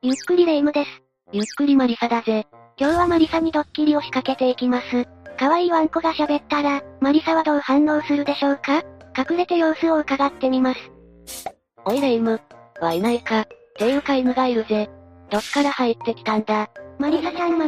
ゆっくりレ夢ムです。 ゆっくりマリサだぜ。 今日はマリサにドッキリを仕掛けていきます。可愛いワンコが喋ったら、マリサはどう反応するでしょうか？隠れて様子を伺ってみます。 おいレ夢ム。はいないか。ていうか犬がいるぜ。どっから入ってきたんだ？ マリサちゃん。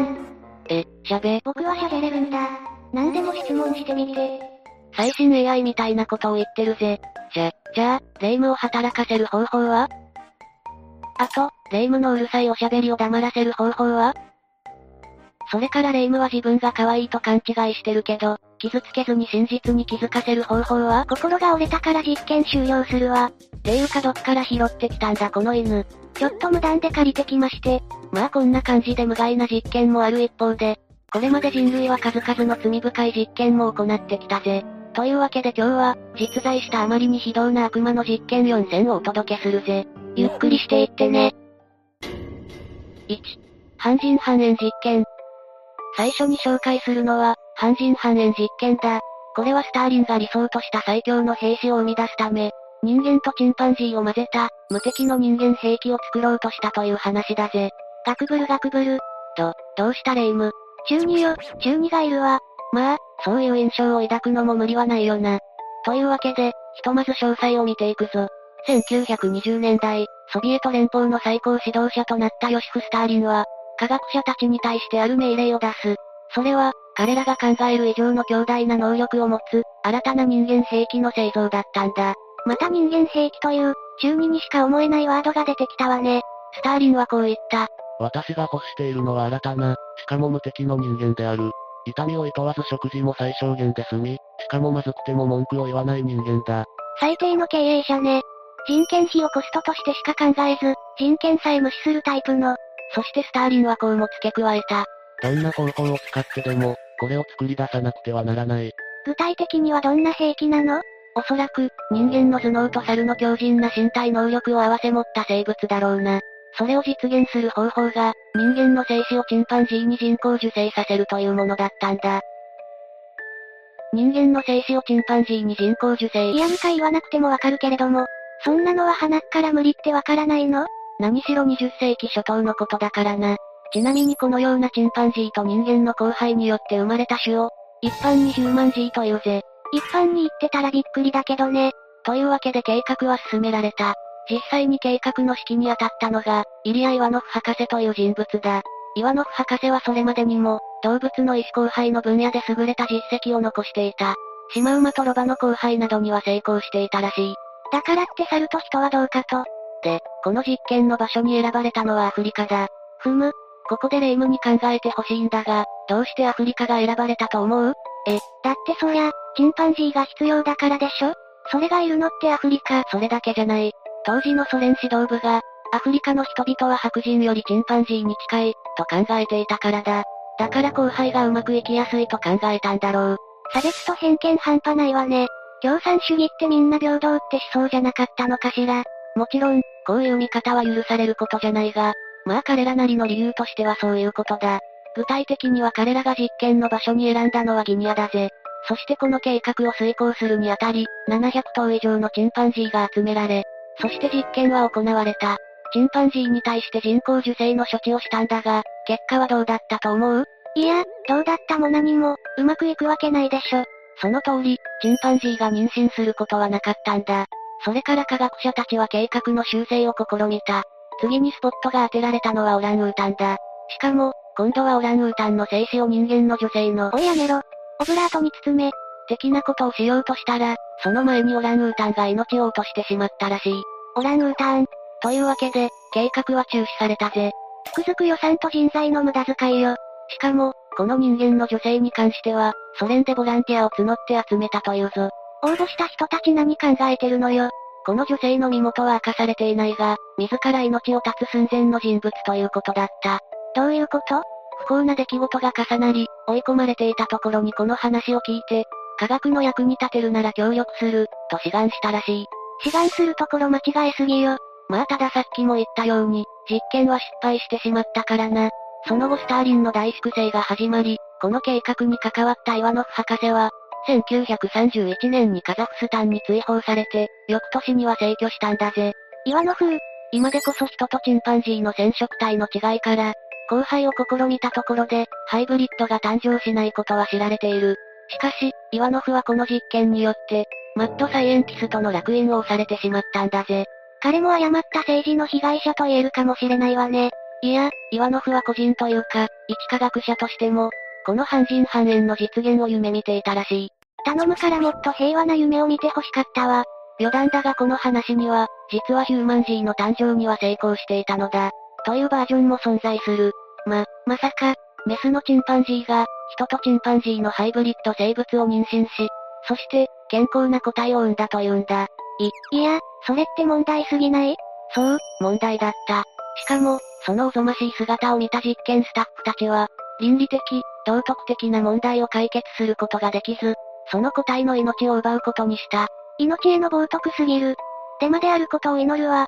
僕は喋れるんだ。何でも質問してみて。 最新 AI みたいなことを言ってるぜ。じゃあ、レ夢ムを働かせる方法は？あと、レ夢ムのうるさいおしゃべりを黙らせる方法は？それからレ夢ムは自分が可愛いと勘違いしてるけど、傷つけずに真実に気づかせる方法は？ 心が折れたから実験終了するわ。 っていうかどっから拾ってきたんだこの犬。 ちょっと無断で借りてきまして。 まあこんな感じで無害な実験もある一方で、これまで人類は数々の罪深い実験も行ってきたぜ。というわけで今日は、実在したあまりに非道な悪魔の実験4選をお届けするぜ。ゆっくりしていってね。1、半人半円実験。最初に紹介するのは、半人半円実験だ。これはスターリンが理想とした最強の兵士を生み出すため、人間とチンパンジーを混ぜた、無敵の人間兵器を作ろうとしたという話だぜ。 ガクブル。 どうしたレ夢ム？ 中二がいるわ。 まあ、そういう印象を抱くのも無理はないよな。というわけで、ひとまず詳細を見ていくぞ。1920年代、ソビエト連邦の最高指導者となったヨシフ・スターリンは、科学者たちに対してある命令を出す。それは、彼らが考える以上の強大な能力を持つ、新たな人間兵器の製造だったんだ。 また人間兵器という、中二にしか思えないワードが出てきたわね。 スターリンはこう言った。 私が欲しているのは新たな、しかも無敵の人間である。痛みを厭わず食事も最小限で済み、しかもまずくても文句を言わない人間だ。 最低の経営者ね。人件費をコストとしてしか考えず、人権さえ無視するタイプの。 そしてスターリンはこうも付け加えた。 どんな方法を使ってでも、これを作り出さなくてはならない。 具体的にはどんな兵器なの？ おそらく、人間の頭脳と猿の強靭な身体能力を併せ持った生物だろうな。それを実現する方法が、人間の精子をチンパンジーに人工授精させるというものだったんだ。人間の精子をチンパンジーに人工授精。 いや言わなくてもわかるけれども、そんなのは鼻っから無理ってわからないの？ 何しろ20世紀初頭のことだからな。ちなみにこのようなチンパンジーと人間の交配によって生まれた種を、一般にヒューマンジーというぜ。 一般に言ってたらびっくりだけどね。 というわけで計画は進められた。実際に計画の指揮に当たったのが、イリア・イワノフ博士という人物だ。イワノフ博士はそれまでにも、動物の意思交配の分野で優れた実績を残していた。シマウマとロバの交配などには成功していたらしい。 だからって猿と人はどうかと。 で、この実験の場所に選ばれたのはアフリカだ。ここでレ夢ムに考えてほしいんだが、どうしてアフリカが選ばれたと思う？ だってそりゃ、チンパンジーが必要だからでしょ？それがいるのってアフリカ。 それだけじゃない。当時のソ連指導部が、アフリカの人々は白人よりチンパンジーに近い、と考えていたからだ。だから交配がうまくいきやすいと考えたんだろう。 差別と偏見半端ないわね。共産主義ってみんな平等って思想じゃなかったのかしら。 もちろん、こういう見方は許されることじゃないが、まあ彼らなりの理由としてはそういうことだ。具体的には彼らが実験の場所に選んだのはギニアだぜ。そしてこの計画を遂行するにあたり、700頭以上のチンパンジーが集められ、そして実験は行われた。チンパンジーに対して人工授精の処置をしたんだが、結果はどうだったと思う？ いや、どうだったも何も、うまくいくわけないでしょ。 その通り、チンパンジーが妊娠することはなかったんだ。それから科学者たちは計画の修正を試みた。次にスポットが当てられたのはオランウータンだ。しかも、今度はオランウータンの精子を人間の女性の、 おいやめろ。オブラートに包め。 的なことをしようとしたら、その前にオランウータンが命を落としてしまったらしい。 オランウータン。 というわけで、計画は中止されたぜ。 つくづく予算と人材の無駄遣いよ。 しかも、この人間の女性に関しては、ソ連でボランティアを募って集めたというぞ。 応募した人たち何考えてるのよ。 この女性の身元は明かされていないが、自ら命を絶つ寸前の人物ということだった。 どういうこと？ 不幸な出来事が重なり、追い込まれていたところにこの話を聞いて、科学の役に立てるなら協力する、と志願したらしい。 志願するところ間違えすぎよ。 まあたださっきも言ったように、実験は失敗してしまったからな。その後スターリンの大粛清が始まり、この計画に関わったイワノフ博士は、1931年にカザフスタンに追放されて、翌年には逝去したんだぜ。 イワノフ今でこそ人とチンパンジーの染色体の違いから、交配を試みたところで、ハイブリッドが誕生しないことは知られている。しかし、イワノフはこの実験によって、マッドサイエンティストの烙印を押されてしまったんだぜ。 彼も誤った政治の被害者と言えるかもしれないわね。 いや、イワノフは個人というか、一科学者としても、この半人半縁の実現を夢見ていたらしい。 頼むからもっと平和な夢を見て欲しかったわ。 余談だがこの話には、実はヒューマンジーの誕生には成功していたのだ。というバージョンも存在する。まさか、メスのチンパンジーが、人とチンパンジーのハイブリッド生物を妊娠し、そして、健康な個体を産んだというんだ。 いや、それって問題すぎない？ そう、問題だった。しかも、そのおぞましい姿を見た実験スタッフたちは、倫理的、道徳的な問題を解決することができず、その個体の命を奪うことにした。 命への冒涜すぎる。デマであることを祈るわ。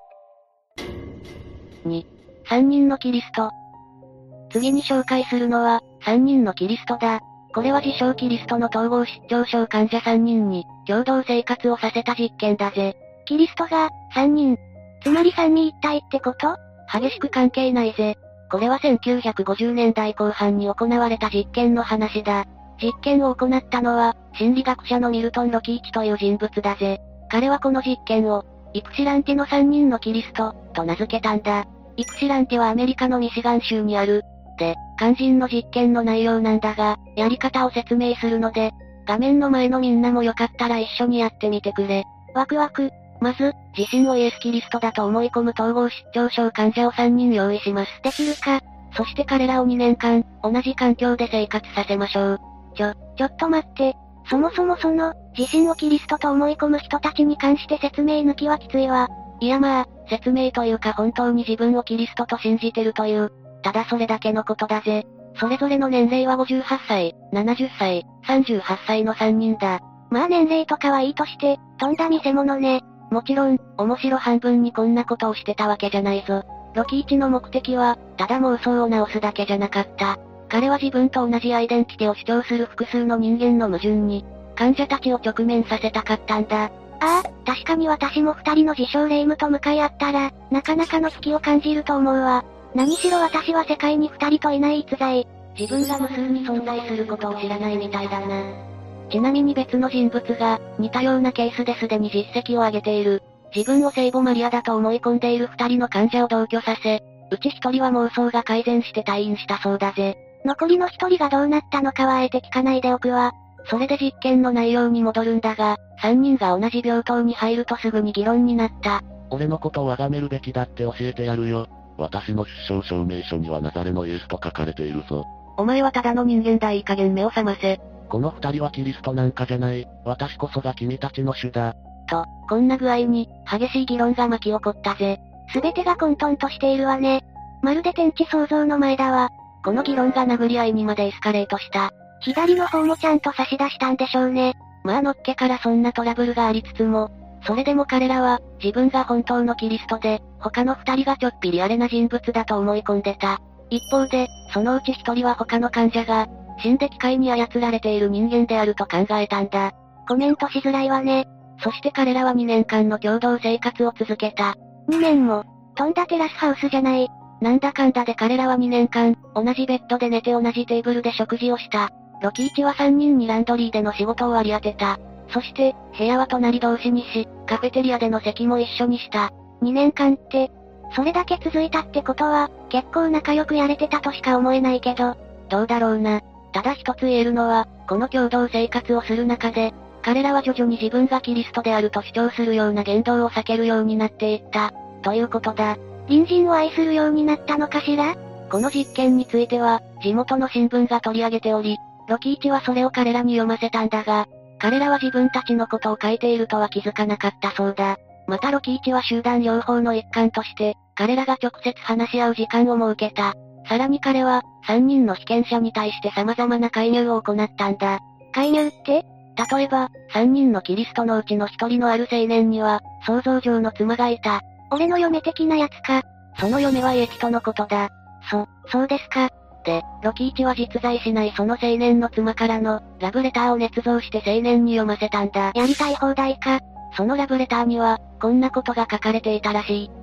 2、3人のキリスト。次に紹介するのは、3人のキリストだ。これは自称キリストの統合失調症患者3人に、共同生活をさせた実験だぜ。 キリストが、3人。つまり三位一体ってこと？ 激しく関係ないぜ。これは1950年代後半に行われた実験の話だ。実験を行ったのは、心理学者のミルトン・ロキーチという人物だぜ。彼はこの実験を、イプシランテの3人のキリスト、と名付けたんだ。イプシランテはアメリカのミシガン州にある。で、肝心の実験の内容なんだが、やり方を説明するので、画面の前のみんなもよかったら一緒にやってみてくれ。 ワクワク。 まず、自身をイエス・キリストだと思い込む統合失調症患者を3人用意します。 できるか。 そして彼らを2年間、同じ環境で生活させましょう。 ちょっと待って。そもそも自身をキリストと思い込む人たちに関して説明抜きはきついわ。 いやまあ、説明というか本当に自分をキリストと信じてるという、ただそれだけのことだぜ。それぞれの年齢は58歳、70歳、38歳の3人だ。 まあ年齢とかはいいとして、とんだ見せ物ね。 もちろん、面白半分にこんなことをしてたわけじゃないぞ。ロキーチの目的は、ただ妄想を直すだけじゃなかった。彼は自分と同じアイデンティティを主張する複数の人間の矛盾に、患者たちを直面させたかったんだ。 ああ、確かに私も2人の自称霊夢と向かい合ったら、なかなかの危機を感じると思うわ。何しろ私は世界に2人といない逸材。 自分が無数に存在することを知らないみたいだな。ちなみに別の人物が、似たようなケースですでに実績を上げている。自分を聖母マリアだと思い込んでいる2人の患者を同居させ、うち1人は妄想が改善して退院したそうだぜ。 残りの1人がどうなったのかはあえて聞かないでおくわ。 それで実験の内容に戻るんだが、3人が同じ病棟に入るとすぐに議論になった。 俺のことを崇めるべきだって教えてやるよ。私の出生証明書にはナザレのイエスと書かれているぞ。 お前はただの人間だ、いい加減目を覚ませ。 この2人はキリストなんかじゃない。私こそが君たちの主だ。 と、こんな具合に、激しい議論が巻き起こったぜ。 すべてが混沌としているわね。まるで天地創造の前だわ。 この議論が殴り合いにまでエスカレートした。 左の方もちゃんと差し出したんでしょうね。 まあのっけからそんなトラブルがありつつも、それでも彼らは、自分が本当のキリストで、他の2人がちょっぴりあれな人物だと思い込んでた。一方で、そのうち1人は他の患者が、死んで機械に操られている人間であると考えたんだ。 コメントしづらいわね。 そして彼らは2年間の共同生活を続けた。 2年も、とんだテラスハウスじゃない。 なんだかんだで彼らは2年間、同じベッドで寝て同じテーブルで食事をした。ロキーチは3人にランドリーでの仕事を割り当てた。そして、部屋は隣同士にし、カフェテリアでの席も一緒にした。 2年間って、それだけ続いたってことは、結構仲良くやれてたとしか思えないけど。 どうだろうな。ただ一つ言えるのは、この共同生活をする中で、彼らは徐々に自分がキリストであると主張するような言動を避けるようになっていった。ということだ。 隣人を愛するようになったのかしら？ この実験については、地元の新聞が取り上げており、ロキーチはそれを彼らに読ませたんだが、彼らは自分たちのことを書いているとは気づかなかったそうだ。またロキーチは集団療法の一環として、彼らが直接話し合う時間を設けた。さらに彼は、3人の被験者に対して様々な介入を行ったんだ。 介入って？ 例えば、3人のキリストのうちの1人のある青年には、想像上の妻がいた。 俺の嫁的なやつか。 その嫁はイエスとのことだ。 そうですか。 で、ロキーチは実在しないその青年の妻からの、ラブレターを捏造して青年に読ませたんだ。 やりたい放題か。 そのラブレターには、こんなことが書かれていたらしい。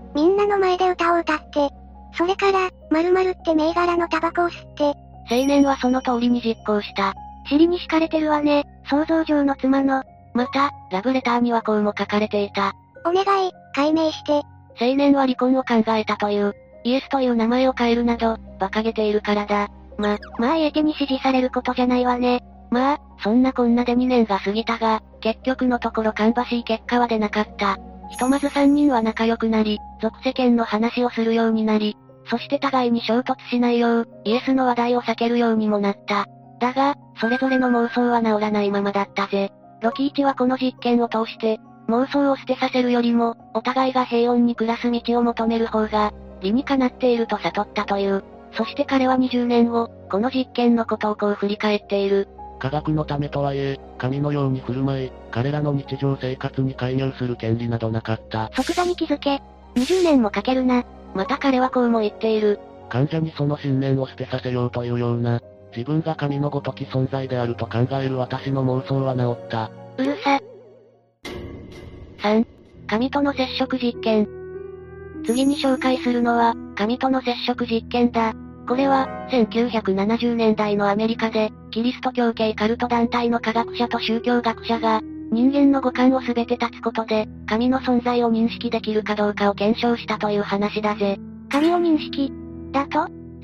みんなの前で歌を歌って、それから、〇〇って銘柄のタバコを吸って、 青年はその通りに実行した。 尻に敷かれてるわね、想像上の妻の。 また、ラブレターにはこうも書かれていた。 お願い、解明して。 青年は離婚を考えたという。イエスという名前を変えるなど、馬鹿げているからだ。 まあ相手に指示されることじゃないわね。 まあ、そんなこんなで2年が過ぎたが、結局のところ芳しい結果は出なかった。ひとまず3人は仲良くなり、俗世間の話をするようになり、そして互いに衝突しないよう、イエスの話題を避けるようにもなった。だが、それぞれの妄想は治らないままだったぜ。ロキイチはこの実験を通して、妄想を捨てさせるよりも、お互いが平穏に暮らす道を求める方が、理にかなっていると悟ったという。そして彼は20年後、この実験のことをこう振り返っている。 科学のためとはいえ、神のように振る舞い、彼らの日常生活に介入する権利などなかった。 即座に気づけ。20年もかけるな。 また彼はこうも言っている。 患者にその信念を捨てさせようというような、自分が神のごとき存在であると考える私の妄想は治った。 うるさ。3. 神との接触実験。次に紹介するのは、神との接触実験だ。これは、1970年代のアメリカで、キリスト教系カルト団体の科学者と宗教学者が、人間の五感をすべて断つことで、神の存在を認識できるかどうかを検証したという話だぜ。 神を認識だと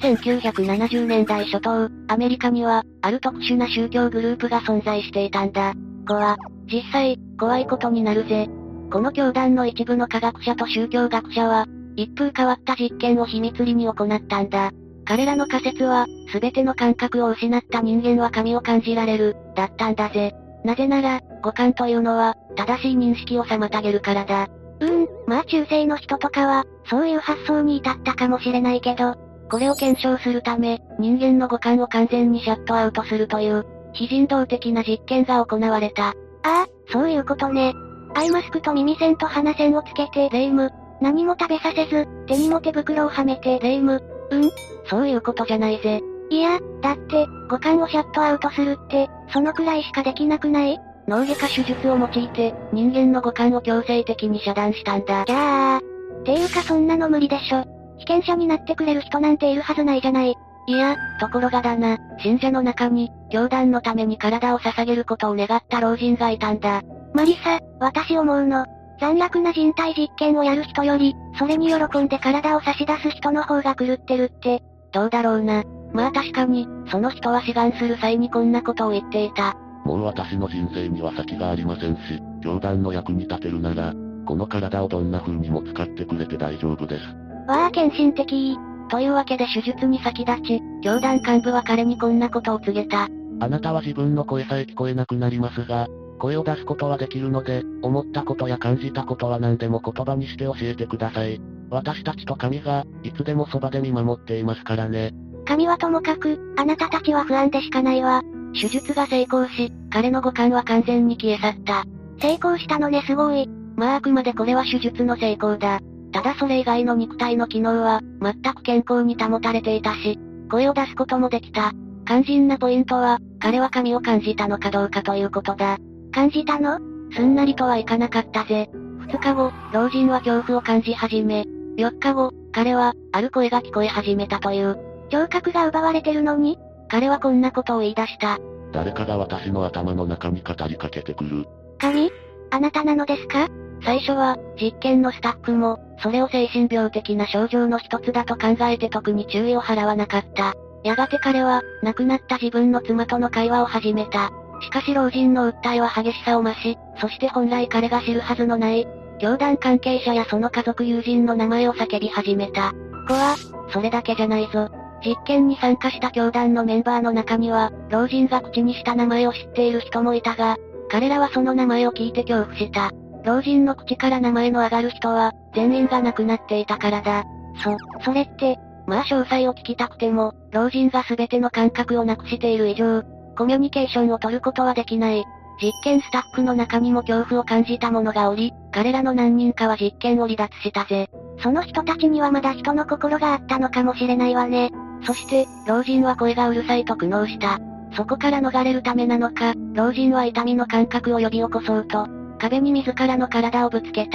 ?1970 年代初頭、アメリカには、ある特殊な宗教グループが存在していたんだ。実際、怖いことになるぜ。この教団の一部の科学者と宗教学者は、一風変わった実験を秘密裏に行ったんだ。彼らの仮説は、すべての感覚を失った人間は神を感じられる、だったんだぜ。なぜなら、五感というのは、正しい認識を妨げるからだ。 まあ中世の人とかは、そういう発想に至ったかもしれないけど、 これを検証するため、人間の五感を完全にシャットアウトするという、非人道的な実験が行われた。 ああ、そういうことね。アイマスクと耳栓と鼻栓をつけて、 霊夢。 何も食べさせず、手にも手袋をはめて、 霊夢。そういうことじゃないぜ。 いや、だって、五感をシャットアウトするって、そのくらいしかできなくない？ 脳外科手術を用いて、人間の五感を強制的に遮断したんだ。 じゃあ、っていうかそんなの無理でしょ。被験者になってくれる人なんているはずないじゃない。 いや、ところがだな、信者の中に、教団のために体を捧げることを願った老人がいたんだ。 マリサ、私思うの。残虐な人体実験をやる人より、それに喜んで体を差し出す人の方が狂ってるって。 どうだろうな。まあ確かに、その人は志願する際にこんなことを言っていた。 もう私の人生には先がありませんし、教団の役に立てるなら、この体をどんな風にも使ってくれて大丈夫です。 わあ献身的。 というわけで手術に先立ち、教団幹部は彼にこんなことを告げた。 あなたは自分の声さえ聞こえなくなりますが、声を出すことはできるので、思ったことや感じたことは何でも言葉にして教えてください。私たちと神が、いつでもそばで見守っていますからね。 神はともかく、あなたたちは不安でしかないわ。 手術が成功し、彼の五感は完全に消え去った。 成功したのねすごい。 まああくまでこれは手術の成功だ。ただそれ以外の肉体の機能は、全く健康に保たれていたし、声を出すこともできた。肝心なポイントは、彼は神を感じたのかどうかということだ。 感じたの？ すんなりとはいかなかったぜ。2日後、老人は恐怖を感じ始め、4日後、彼は、ある声が聞こえ始めたという。 聴覚が奪われてるのに？ 彼はこんなことを言い出した。 誰かが私の頭の中に語りかけてくる。 神？あなたなのですか？ 最初は、実験のスタッフも、それを精神病的な症状の一つだと考えて特に注意を払わなかった。やがて彼は、亡くなった自分の妻との会話を始めた。しかし老人の訴えは激しさを増し、そして本来彼が知るはずのない、教団関係者やその家族友人の名前を叫び始めた。それだけじゃないぞ。実験に参加した教団のメンバーの中には、老人が口にした名前を知っている人もいたが、彼らはその名前を聞いて恐怖した。老人の口から名前の上がる人は、全員が亡くなっていたからだ。 それって、 まあ詳細を聞きたくても、老人が全ての感覚をなくしている以上、コミュニケーションを取ることはできない。実験スタッフの中にも恐怖を感じた者がおり、彼らの何人かは実験を離脱したぜ。 その人たちにはまだ人の心があったのかもしれないわね。 そして、老人は声がうるさいと苦悩した。そこから逃れるためなのか、老人は痛みの感覚を呼び起こそうと、壁に自らの体をぶつけた。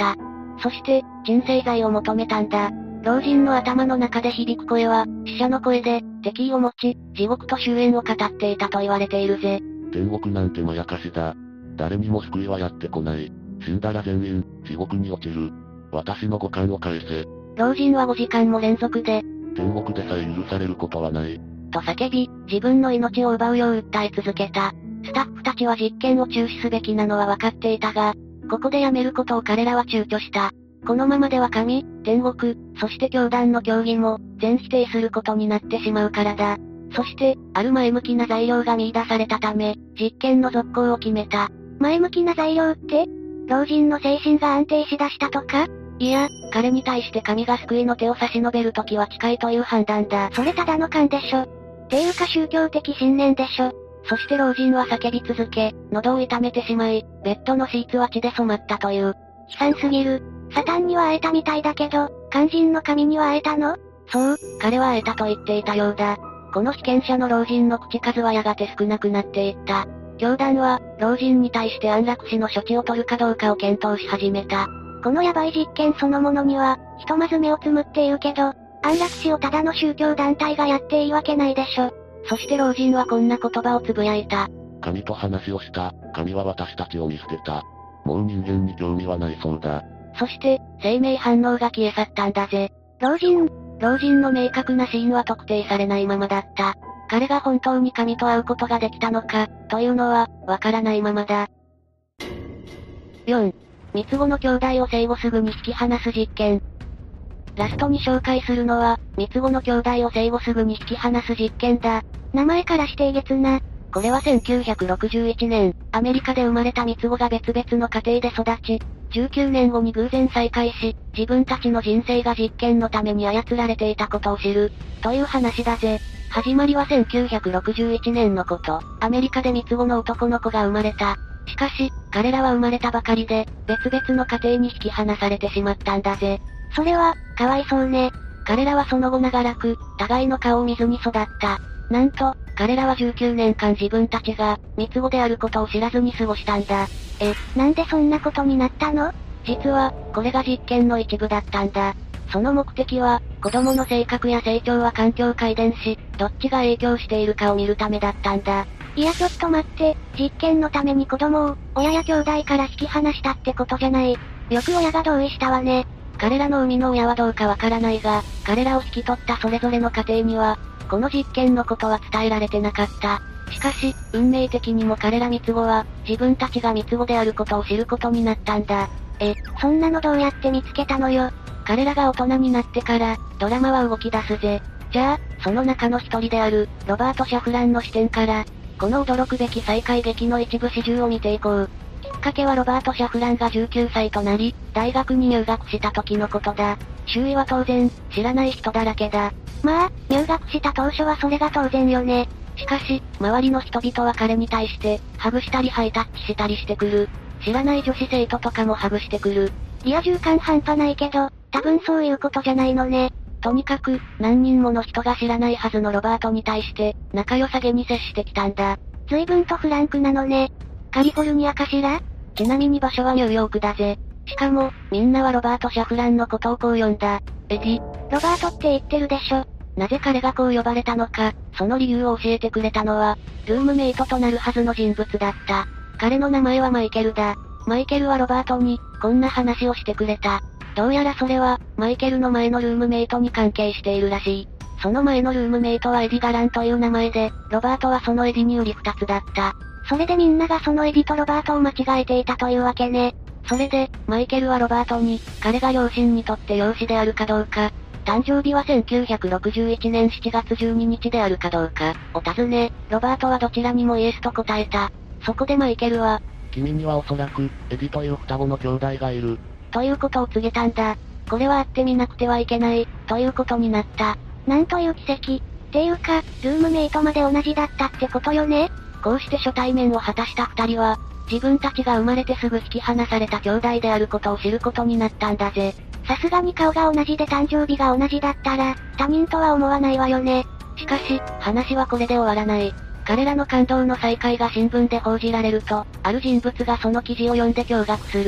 そして、鎮静剤を求めたんだ。老人の頭の中で響く声は、死者の声で、敵意を持ち、地獄と終焉を語っていたと言われているぜ。 天国なんてまやかしだ。誰にも救いはやってこない。死んだら全員、地獄に落ちる。私の五感を返せ。 老人は5時間も連続で、 天国でさえ許されることはない。 と叫び、自分の命を奪うよう訴え続けた。スタッフたちは実験を中止すべきなのは分かっていたが、ここでやめることを彼らは躊躇した。このままでは神、天国、そして教団の教義も、全否定することになってしまうからだ。そして、ある前向きな材料が見出されたため、実験の続行を決めた。 前向きな材料って？老人の精神が安定しだしたとか？ いや、彼に対して神が救いの手を差し伸べる時は近いという判断だ。 それただの勘でしょ。っていうか宗教的信念でしょ。 そして老人は叫び続け、喉を痛めてしまい、ベッドのシーツは血で染まったという。 悲惨すぎる。サタンには会えたみたいだけど、肝心の神には会えたの？ そう、彼は会えたと言っていたようだ。この被験者の老人の口数はやがて少なくなっていった。教団は、老人に対して安楽死の処置を取るかどうかを検討し始めた。 このヤバい実験そのものには、ひとまず目をつむっているけど、安楽死をただの宗教団体がやっていいわけないでしょ。 そして老人はこんな言葉をつぶやいた。 神と話をした。神は私たちを見捨てた。もう人間に興味はないそうだ。 そして、生命反応が消え去ったんだぜ。 老人の明確な死因は特定されないままだった。彼が本当に神と会うことができたのか、というのは、わからないままだ。4. 三つ子の兄弟を生後すぐに引き離す実験。ラストに紹介するのは、三つ子の兄弟を生後すぐに引き離す実験だ。 名前からしてえげつな。 これは1961年、アメリカで生まれた三つ子が別々の家庭で育ち、19年後に偶然再会し、自分たちの人生が実験のために操られていたことを知る、という話だぜ。始まりは1961年のこと、アメリカで三つ子の男の子が生まれた。しかし、彼らは生まれたばかりで、別々の家庭に引き離されてしまったんだぜ。 それは、かわいそうね。 彼らはその後長らく、互いの顔を見ずに育った。なんと、彼らは19年間自分たちが、三つ子であることを知らずに過ごしたんだ。 なんでそんなことになったの？ 実は、これが実験の一部だったんだ。その目的は、子供の性格や成長は環境か遺伝子、どっちが影響しているかを見るためだったんだ。 いやちょっと待って、実験のために子供を、親や兄弟から引き離したってことじゃない。よく親が同意したわね。 彼らの生みの親はどうかわからないが、彼らを引き取ったそれぞれの家庭には、この実験のことは伝えられてなかった。しかし、運命的にも彼ら三つ子は、自分たちが三つ子であることを知ることになったんだ。 そんなのどうやって見つけたのよ。 彼らが大人になってから、ドラマは動き出すぜ。じゃあ、その中の一人である、ロバート・シャフランの視点から、この驚くべき再会劇の一部始終を見ていこう。きっかけはロバート・シャフランが19歳となり、大学に入学した時のことだ。周囲は当然、知らない人だらけだ。 まあ、入学した当初はそれが当然よね。 しかし、周りの人々は彼に対して、ハグしたりハイタッチしたりしてくる。知らない女子生徒とかもハグしてくる。 リア充感半端ないけど、多分そういうことじゃないのね。 とにかく、何人もの人が知らないはずのロバートに対して、仲良さげに接してきたんだ。 随分とフランクなのね。カリフォルニアかしら？ ちなみに場所はニューヨークだぜ。しかも、みんなはロバート・シャフランのことをこう呼んだ。エディ。 ロバートって言ってるでしょ。 なぜ彼がこう呼ばれたのか、その理由を教えてくれたのは、ルームメイトとなるはずの人物だった。彼の名前はマイケルだ。マイケルはロバートに、こんな話をしてくれた。どうやらそれは、マイケルの前のルームメイトに関係しているらしい。その前のルームメイトはエディ・ガランという名前で、ロバートはそのエディに売り二つだった。 それでみんながそのエディとロバートを間違えていたというわけね。 それで、マイケルはロバートに、彼が両親にとって養子であるかどうか、誕生日は1961年7月12日であるかどうか、を尋ね、ロバートはどちらにもイエスと答えた。そこでマイケルは、 君にはおそらく、エディという双子の兄弟がいる。 ということを告げたんだ。これは会ってみなくてはいけない、ということになった。 なんという奇跡。っていうか、ルームメイトまで同じだったってことよね。 こうして初対面を果たした二人は、自分たちが生まれてすぐ引き離された兄弟であることを知ることになったんだぜ。 さすがに顔が同じで誕生日が同じだったら、他人とは思わないわよね。 しかし、話はこれで終わらない。彼らの感動の再会が新聞で報じられると、ある人物がその記事を読んで驚愕する。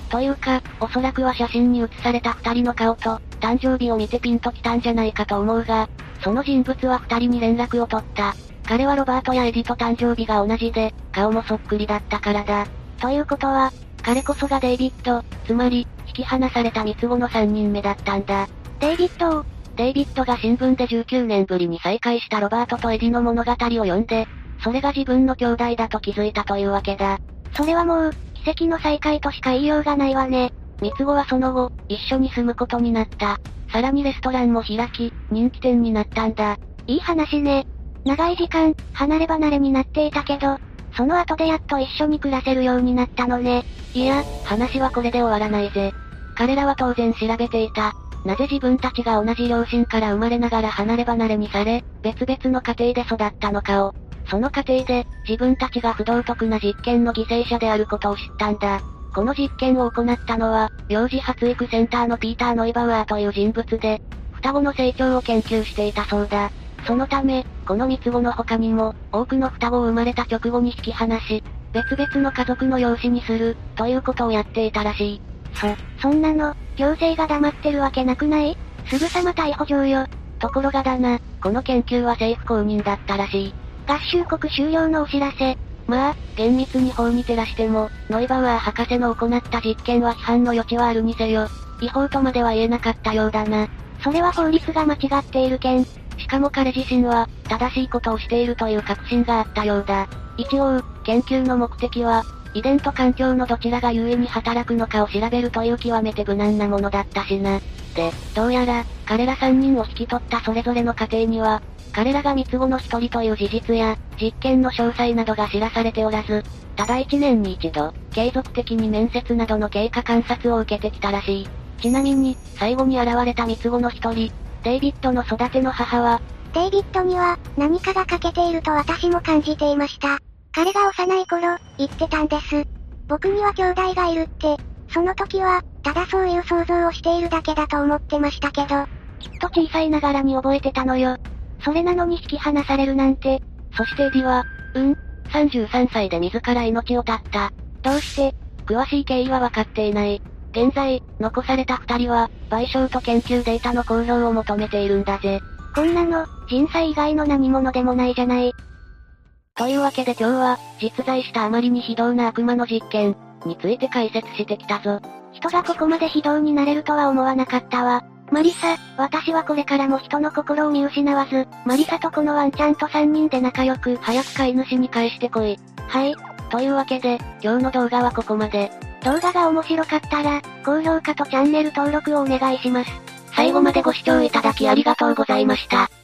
というか、おそらくは写真に写された二人の顔と、誕生日を見てピンときたんじゃないかと思うが、その人物は二人に連絡を取った。彼はロバートやエディと誕生日が同じで、顔もそっくりだったからだ。 ということは、 彼こそがデイビッド、つまり、引き離された三つ子の3人目だったんだ。 デイビッドが新聞で19年ぶりに再会したロバートとエディの物語を読んで、それが自分の兄弟だと気づいたというわけだ。 それはもう、奇跡の再会としか言いようがないわね。 三つ子はその後、一緒に住むことになった。さらにレストランも開き、人気店になったんだ。 いい話ね。長い時間、離れ離れになっていたけど、その後でやっと一緒に暮らせるようになったのね。 いや、話はこれで終わらないぜ。彼らは当然調べていた。なぜ自分たちが同じ両親から生まれながら離れ離れにされ、別々の家庭で育ったのかを。その過程で、自分たちが不道徳な実験の犠牲者であることを知ったんだ。この実験を行ったのは、幼児発育センターのピーター・ノイバウアーという人物で、双子の成長を研究していたそうだ。そのため、この三つ子の他にも、多くの双子を生まれた直後に引き離し、別々の家族の養子にする、ということをやっていたらしい。 そんなの、行政が黙ってるわけなくない？すぐさま逮捕状よ。 ところがだな、この研究は政府公認だったらしい。 合衆国終了のお知らせ。 まあ、厳密に法に照らしても、ノイバウアー博士の行った実験は批判の余地はあるにせよ、違法とまでは言えなかったようだな。 それは法律が間違っている件。 しかも彼自身は、正しいことをしているという確信があったようだ。一応、研究の目的は、遺伝と環境のどちらが優位に働くのかを調べるという極めて無難なものだったしな。で、どうやら、彼ら3人を引き取ったそれぞれの家庭には、彼らが三つ子の一人という事実や、実験の詳細などが知らされておらず、ただ1年に一度、継続的に面接などの経過観察を受けてきたらしい。ちなみに、最後に現れた三つ子の一人、デイビッドの育ての母は、 デイビッドには、何かが欠けていると私も感じていました。彼が幼い頃、言ってたんです。僕には兄弟がいるって、その時は、ただそういう想像をしているだけだと思ってましたけど、きっと小さいながらに覚えてたのよ。それなのに引き離されるなんて。 そしてエディは、33歳で自ら命を絶った。 どうして？ 詳しい経緯は分かっていない。現在、残された二人は、賠償と研究データの公表を求めているんだぜ。 こんなの、人災以外の何者でもないじゃない。 というわけで今日は、実在したあまりに非道な悪魔の実験、について解説してきたぞ。 人がここまで非道になれるとは思わなかったわ。マリサ、私はこれからも人の心を見失わず、マリサとこのワンちゃんと3人で仲良く、 早く飼い主に返してこい。 はい。 というわけで、今日の動画はここまで。 動画が面白かったら、高評価とチャンネル登録をお願いします。 最後までご視聴いただきありがとうございました。